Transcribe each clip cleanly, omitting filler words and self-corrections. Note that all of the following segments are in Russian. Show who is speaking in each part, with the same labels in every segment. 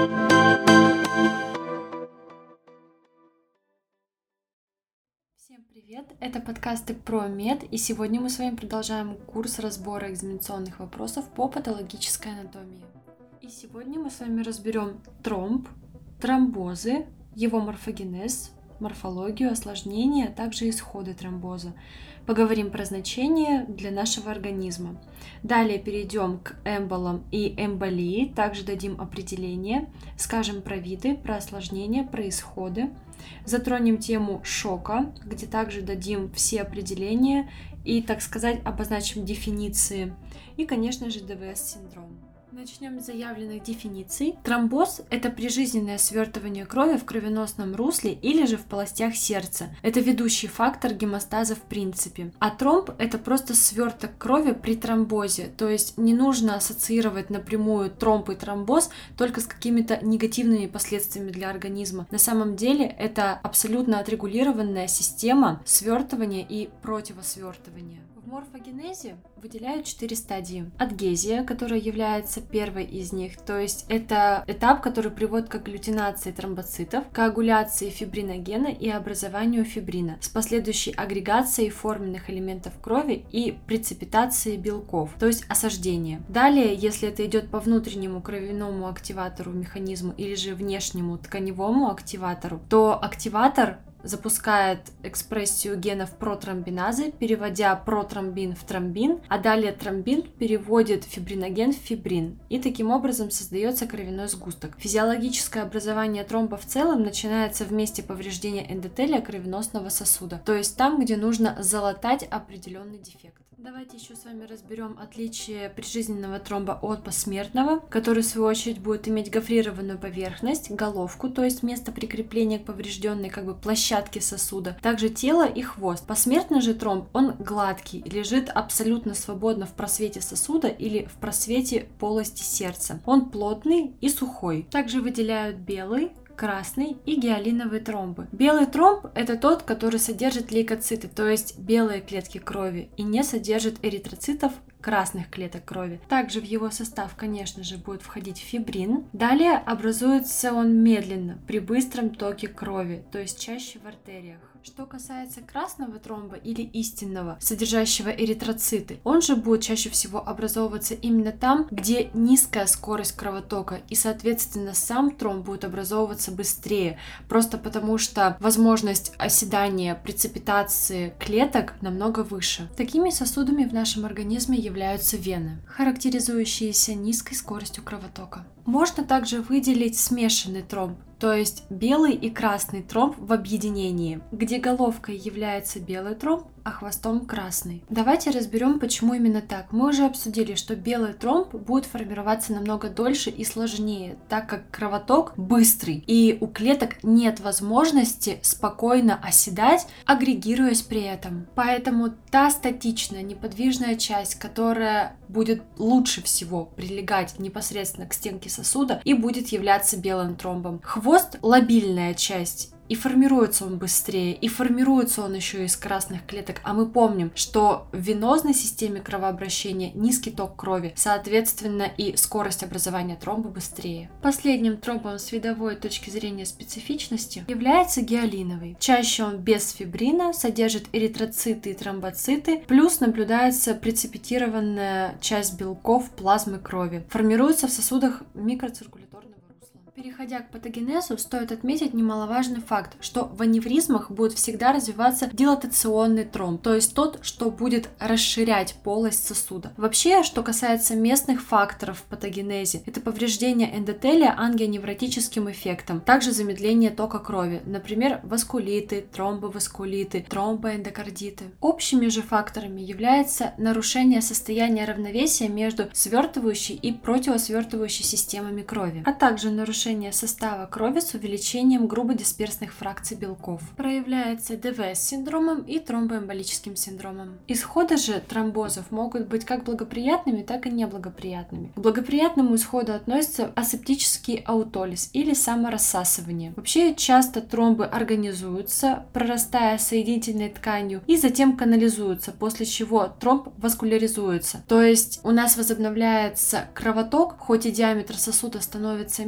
Speaker 1: Всем привет! Это подкасты про мед, и сегодня мы с вами продолжаем курс разбора экзаменационных вопросов по патологической анатомии. И сегодня мы с вами разберем тромб, тромбозы, его морфогенез, морфологию, осложнения, а также исходы тромбоза. Поговорим про значение для нашего организма. Далее перейдем к эмболам и эмболии, также дадим определение, скажем про виды, про осложнения, про исходы. Затронем тему шока, где также дадим все определения и, так сказать, обозначим дефиниции. И, конечно же, ДВС-синдром. Начнем с заявленных дефиниций. Тромбоз – это прижизненное свертывание крови в кровеносном русле или же в полостях сердца. Это ведущий фактор гемостаза в принципе. А тромб – это просто сверток крови при тромбозе. То есть не нужно ассоциировать напрямую тромб и тромбоз только с какими-то негативными последствиями для организма. На самом деле это абсолютно отрегулированная система свертывания и противосвертывания. В морфогенезе выделяют 4 стадии. Адгезия, которая является первой из них, то есть это этап, который приводит к агглютинации тромбоцитов, коагуляции фибриногена и образованию фибрина с последующей агрегацией форменных элементов крови и преципитацией белков, то есть осаждение. Далее, если это идет по внутреннему кровяному активатору механизму или же внешнему тканевому активатору, то активатор запускает экспрессию генов протромбиназы, переводя протромбин в тромбин, а далее тромбин переводит фибриноген в фибрин, и таким образом создается кровяной сгусток. Физиологическое образование тромба в целом начинается в месте повреждения эндотелия кровеносного сосуда, то есть там, где нужно залатать определенный дефект. Давайте еще с вами разберем отличие прижизненного тромба от посмертного, который в свою очередь будет иметь гофрированную поверхность, головку, то есть место прикрепления к поврежденной площадке сосуда, также тело и хвост. Посмертный же тромб, он гладкий, лежит абсолютно свободно в просвете сосуда или в просвете полости сердца. Он плотный и сухой. Также выделяют белый, красный и гиалиновые тромбы. Белый тромб – это тот, который содержит лейкоциты, то есть белые клетки крови, и не содержит эритроцитов, красных клеток крови. Также в его состав, конечно же, будет входить фибрин. Далее образуется он медленно, при быстром токе крови, то есть чаще в артериях. Что касается красного тромба или истинного, содержащего эритроциты, он же будет чаще всего образовываться именно там, где низкая скорость кровотока, и, соответственно, сам тромб будет образовываться быстрее, просто потому что возможность оседания, преципитации клеток намного выше. Такими сосудами в нашем организме являются вены, характеризующиеся низкой скоростью кровотока. Можно также выделить смешанный тромб, то есть белый и красный тромб в объединении, где головкой является белый тромб, а хвостом красный. Давайте разберем, почему именно так. Мы уже обсудили, что белый тромб будет формироваться намного дольше и сложнее, так как кровоток быстрый, и у клеток нет возможности спокойно оседать, агрегируясь при этом. Поэтому та статичная, неподвижная часть, которая будет лучше всего прилегать непосредственно к стенке сосуда и будет являться белым тромбом. Хвост – лобильная часть. И формируется он быстрее, и формируется он еще из красных клеток. А мы помним, что в венозной системе кровообращения низкий ток крови, соответственно, и скорость образования тромба быстрее. Последним тромбом с видовой точки зрения специфичности является гиалиновый. Чаще он без фибрина, содержит эритроциты и тромбоциты, плюс наблюдается преципитированная часть белков плазмы крови. Формируется в сосудах микроциркуляторного русла. Переходя к патогенезу, стоит отметить немаловажный факт, что в аневризмах будет всегда развиваться дилатационный тромб, то есть тот, что будет расширять полость сосуда. Вообще, что касается местных факторов в патогенезе, это повреждение эндотелия ангионевротическим эффектом, также замедление тока крови, например, васкулиты, тромбоваскулиты, тромбоэндокардиты. Общими же факторами является нарушение состояния равновесия между свертывающей и противосвертывающей системами крови, а также нарушение состава крови с увеличением грубодисперсных фракций белков. Проявляется ДВС-синдромом и тромбоэмболическим синдромом. Исходы же тромбозов могут быть как благоприятными, так и неблагоприятными. К благоприятному исходу относится асептический аутолиз или саморассасывание. Вообще часто тромбы организуются, прорастая соединительной тканью, и затем канализуются, после чего тромб васкуляризуется. То есть у нас возобновляется кровоток, хоть и диаметр сосуда становится меньше,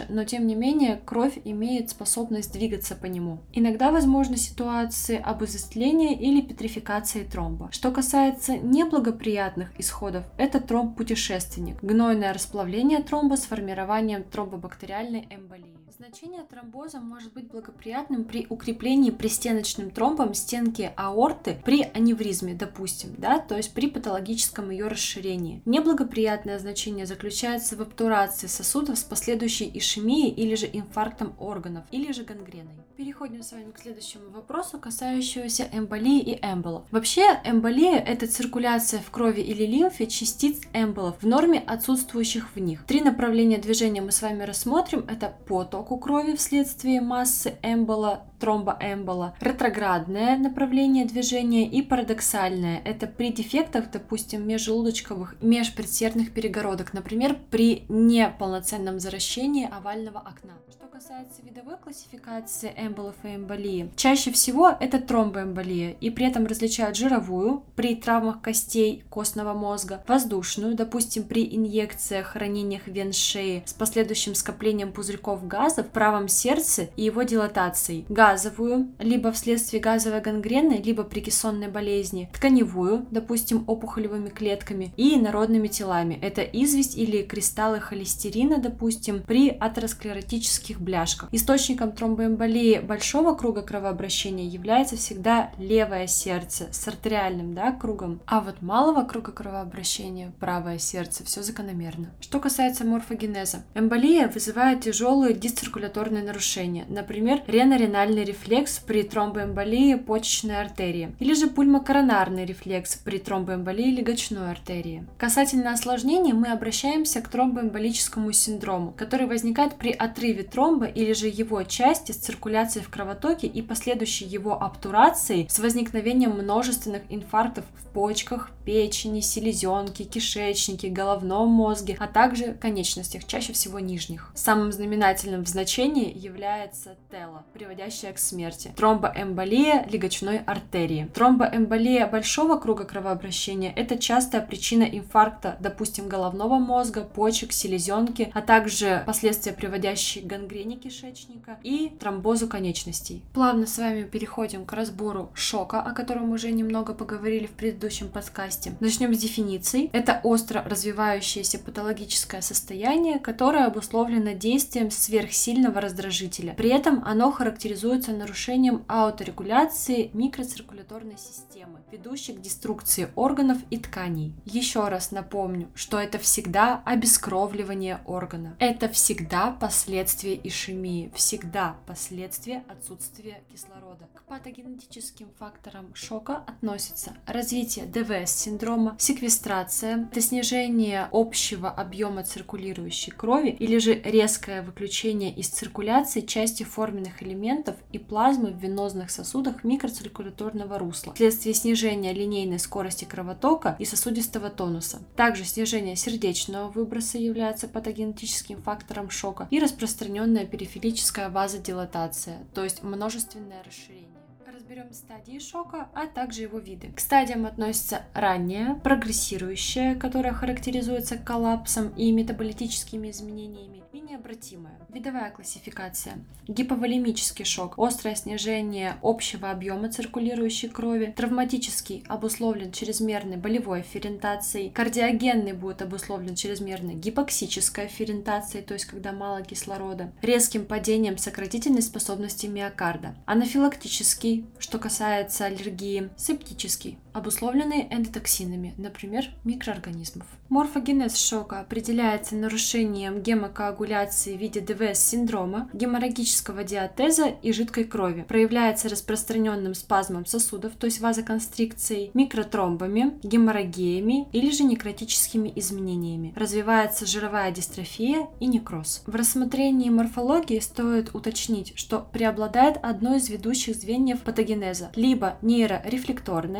Speaker 1: но тем не менее кровь имеет способность двигаться по нему. Иногда возможны ситуации обезостления или петрификации тромба. Что касается неблагоприятных исходов, это тромб-путешественник, гнойное расплавление тромба с формированием тромбобактериальной эмболии. Значение тромбоза может быть благоприятным при укреплении пристеночным тромбом стенки аорты при аневризме, допустим, то есть при патологическом ее расширении. Неблагоприятное значение заключается в обтурации сосудов с последующей ишемией или же инфарктом органов, или же гангреной. Переходим с вами к следующему вопросу, касающемуся эмболии и эмболов. Вообще, эмболия – это циркуляция в крови или лимфе частиц эмболов, в норме отсутствующих в них. 3 направления движения мы с вами рассмотрим. Это потоку крови вследствие массы эмбола, тромбоэмбола, ретроградное направление движения и парадоксальное. Это при дефектах, допустим, межжелудочковых, межпредсердных перегородок, например, при неполноценном заращении овального окна. Что касается видовой классификации эмболов и эмболии, чаще всего это тромбоэмболия, и при этом различают жировую при травмах костей костного мозга, воздушную, допустим, при инъекциях, ранениях вен шеи с последующим скоплением пузырьков газа в правом сердце и его дилатацией, газовую, либо вследствие газовой гангрены, либо при кессонной болезни, тканевую, допустим, опухолевыми клетками и инородными телами. Это известь или кристаллы холестерина, допустим, при атеросклеротических бляшках. Источником тромбоэмболии большого круга кровообращения является всегда левое сердце с артериальным кругом, а вот малого круга кровообращения правое сердце, все закономерно. Что касается морфогенеза, эмболия вызывает тяжелые дисциркуляторные нарушения, например, реноренальный рефлекс при тромбоэмболии почечной артерии, или же пульмокоронарный рефлекс при тромбоэмболии легочной артерии. Касательно осложнений мы обращаемся к тромбоэмболическому синдрому, который возникает при отрыве тромба или же его части с циркуляцией в кровотоке и последующей его обтурацией с возникновением множественных инфарктов в почках, печени, селезенке, кишечнике, головном мозге, а также конечностях, чаще всего нижних. Самым знаменательным в значении является тело, приводящее к смерти. Тромбоэмболия легочной артерии. Тромбоэмболия большого круга кровообращения – это частая причина инфаркта, допустим, головного мозга, почек, селезенки, а также последствия, приводящие к гангрене кишечника и тромбозу конечностей. Плавно с вами переходим к разбору шока, о котором уже немного поговорили в предыдущем подкасте. Начнем с дефиниций. Это остро развивающееся патологическое состояние, которое обусловлено действием сверхсильного раздражителя. При этом оно характеризуется нарушением ауторегуляции микроциркуляторной системы, ведущей к деструкции органов и тканей. Еще раз напомню, что это всегда обескровливание органа. Это всегда последствия ишемии, всегда последствия отсутствия кислорода. К патогенетическим факторам шока относятся развитие ДВС-синдрома, секвестрация, это снижение общего объема циркулирующей крови или же резкое выключение из циркуляции части форменных элементов и плазмы в венозных сосудах микроциркуляторного русла вследствие снижения линейной скорости кровотока и сосудистого тонуса. Также снижение сердечного выброса является патогенетическим фактором шока и распространенная периферическая вазодилатация, то есть множественное расширение. Разберем стадии шока, а также его виды. К стадиям относятся ранняя, прогрессирующая, которая характеризуется коллапсом и метаболитическими изменениями, и необратимая. Видовая классификация. Гиповолемический шок, острое снижение общего объема циркулирующей крови, травматический обусловлен чрезмерной болевой феррентацией, кардиогенный будет обусловлен чрезмерной гипоксической феррентацией, то есть когда мало кислорода, резким падением сократительной способности миокарда, анафилактический, что касается аллергии, септический, обусловленный эндотоксинами, например, микроорганизмов. Морфогенез шока определяется нарушением гемокоагуляции в виде ДВС-синдрома, геморрагического диатеза и жидкой крови. Проявляется распространенным спазмом сосудов, то есть вазоконстрикцией, микротромбами, геморрагиями или же некротическими изменениями. Развивается жировая дистрофия и некроз. В рассмотрении морфологии стоит уточнить, что преобладает одно из ведущих звеньев патогенеза, либо нейрорефлекторное, либо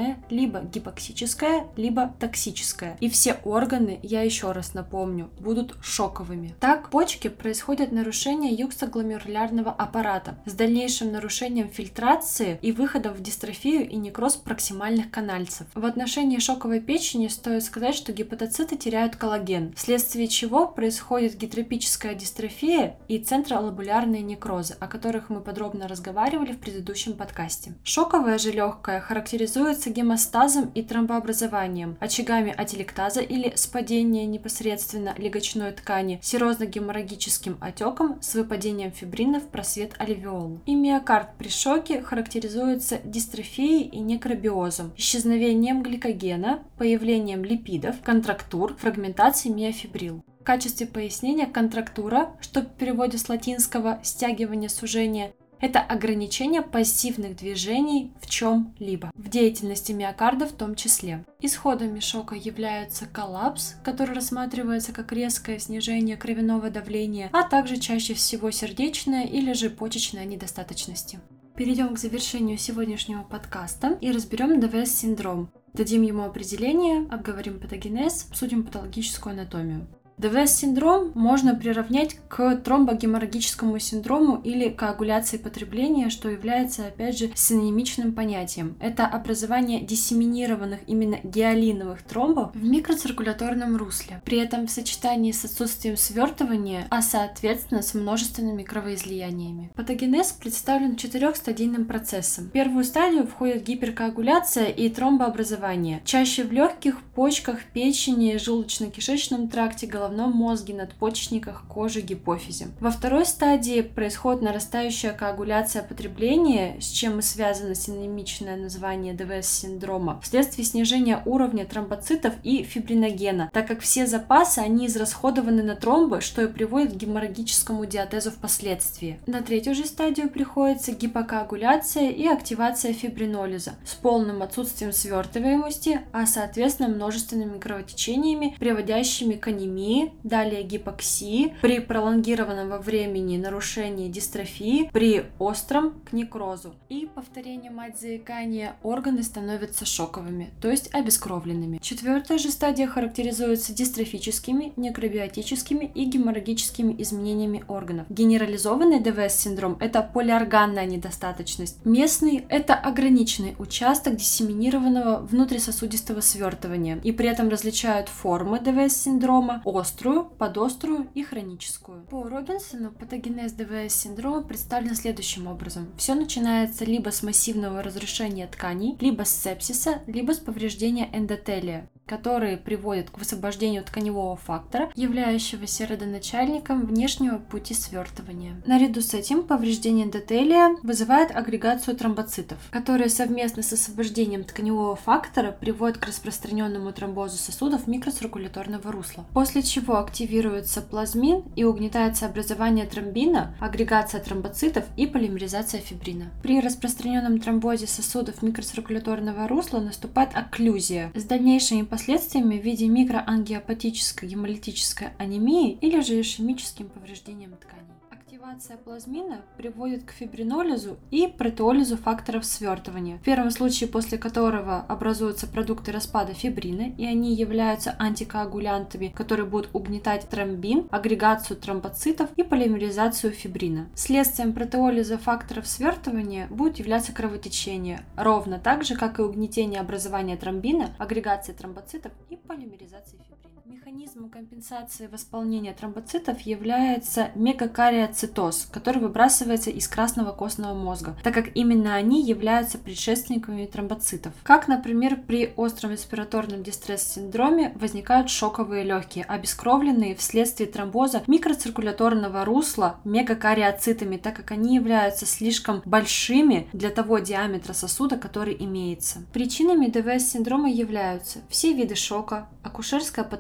Speaker 1: либо гипоксическое, либо токсическое. И все органы, я еще раз напомню, будут шоковыми. Так, в почке происходит нарушение юксогломерулярного аппарата с дальнейшим нарушением фильтрации и выходом в дистрофию и некроз проксимальных канальцев. В отношении шоковой печени стоит сказать, что гепатоциты теряют коллаген, вследствие чего происходит гидропическая дистрофия и центролобулярные некрозы, о которых мы подробно разговаривали в предыдущем подкасте. Шоковая же легкая характеризуется гемостазом и тромбообразованием, очагами ателектаза или спадения непосредственно легочной ткани, серозно-геморрагическим отеком с выпадением фибрина в просвет альвеол. И миокард при шоке характеризуется дистрофией и некробиозом, исчезновением гликогена, появлением липидов, контрактур, фрагментацией миофибрил. В качестве пояснения контрактура, что в переводе с латинского «стягивание, сужение», это ограничение пассивных движений в чем-либо, в деятельности миокарда в том числе. Исходами шока являются коллапс, который рассматривается как резкое снижение кровяного давления, а также чаще всего сердечная или же почечная недостаточности. Перейдем к завершению сегодняшнего подкаста и разберем ДВС-синдром. Дадим ему определение, обговорим патогенез, обсудим патологическую анатомию. ДВС-синдром можно приравнять к тромбогеморрагическому синдрому или коагуляции потребления, что является, опять же, синонимичным понятием. Это образование диссеминированных именно гиалиновых тромбов в микроциркуляторном русле, при этом в сочетании с отсутствием свертывания, а соответственно с множественными кровоизлияниями. Патогенез представлен 4-стадийным процессом. В первую стадию входит гиперкоагуляция и тромбообразование, чаще в легких, почках, печени, желудочно-кишечном тракте, головном мозге, надпочечниках, коже, гипофизе. Во второй стадии происходит нарастающая коагуляция потребления, с чем и связано синонимичное название ДВС-синдрома, вследствие снижения уровня тромбоцитов и фибриногена, так как все запасы они израсходованы на тромбы, что и приводит к геморрагическому диатезу впоследствии. На третью же стадию приходится гипокоагуляция и активация фибринолиза с полным отсутствием свертываемости, а соответственно множественными кровотечениями, приводящими к анемии, далее гипоксии, при пролонгированном во времени нарушении дистрофии, при остром к некрозу. И повторение мать заикания органы становятся шоковыми, то есть обескровленными. Четвертая же стадия характеризуется дистрофическими, некробиотическими и геморрагическими изменениями органов. Генерализованный ДВС-синдром – это полиорганная недостаточность. Местный – это ограниченный участок диссеминированного внутрисосудистого свертывания. И при этом различают формы ДВС-синдрома: острую, подострую и хроническую. По Робинсону патогенез ДВС-синдрома представлен следующим образом. Все начинается либо с массивного разрушения тканей, либо с сепсиса, либо с повреждения эндотелия, которые приводят к высвобождению тканевого фактора, являющегося родоначальником внешнего пути свертывания. Наряду с этим повреждение эндотелия вызывает агрегацию тромбоцитов, которые совместно с освобождением тканевого фактора приводят к распространенному тромбозу сосудов микроциркуляторного русла, после чего активируется плазмин и угнетается образование тромбина, агрегация тромбоцитов и полимеризация фибрина. При распространенном тромбозе сосудов микроциркуляторного русла наступает окклюзия с дальнейшими последствиями в виде микроангиопатической гемолитической анемии или же ишемическим повреждением тканей. Активация плазмина приводит к фибринолизу и протеолизу факторов свертывания, в первом случае после которого образуются продукты распада фибрина, и они являются антикоагулянтами, которые будут угнетать тромбин, агрегацию тромбоцитов и полимеризацию фибрина. Следствием протеолиза факторов свертывания будет являться кровотечение, ровно так же, как и угнетение образования тромбина, агрегация тромбоцитов и полимеризация фибрина. Механизмом компенсации восполнения тромбоцитов является мегакариоцитоз, который выбрасывается из красного костного мозга, так как именно они являются предшественниками тромбоцитов. Как, например, при остром респираторном дистресс-синдроме возникают шоковые легкие, обескровленные вследствие тромбоза микроциркуляторного русла мегакариоцитами, так как они являются слишком большими для того диаметра сосуда, который имеется. Причинами ДВС-синдрома являются все виды шока, акушерская патология,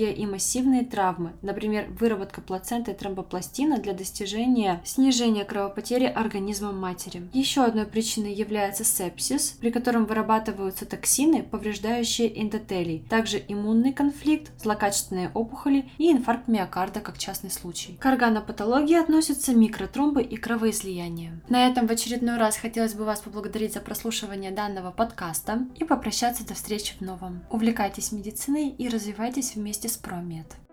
Speaker 1: патология и массивные травмы, например, выработка плаценты тромбопластина для достижения снижения кровопотери организмом матери. Еще одной причиной является сепсис, при котором вырабатываются токсины, повреждающие эндотелий, также иммунный конфликт, злокачественные опухоли и инфаркт миокарда как частный случай. К органопатологии относятся микротромбы и кровоизлияния. На этом в очередной раз хотелось бы вас поблагодарить за прослушивание данного подкаста и попрощаться до встречи в новом. Увлекайтесь медициной и развивайтесь вместе с ProMed.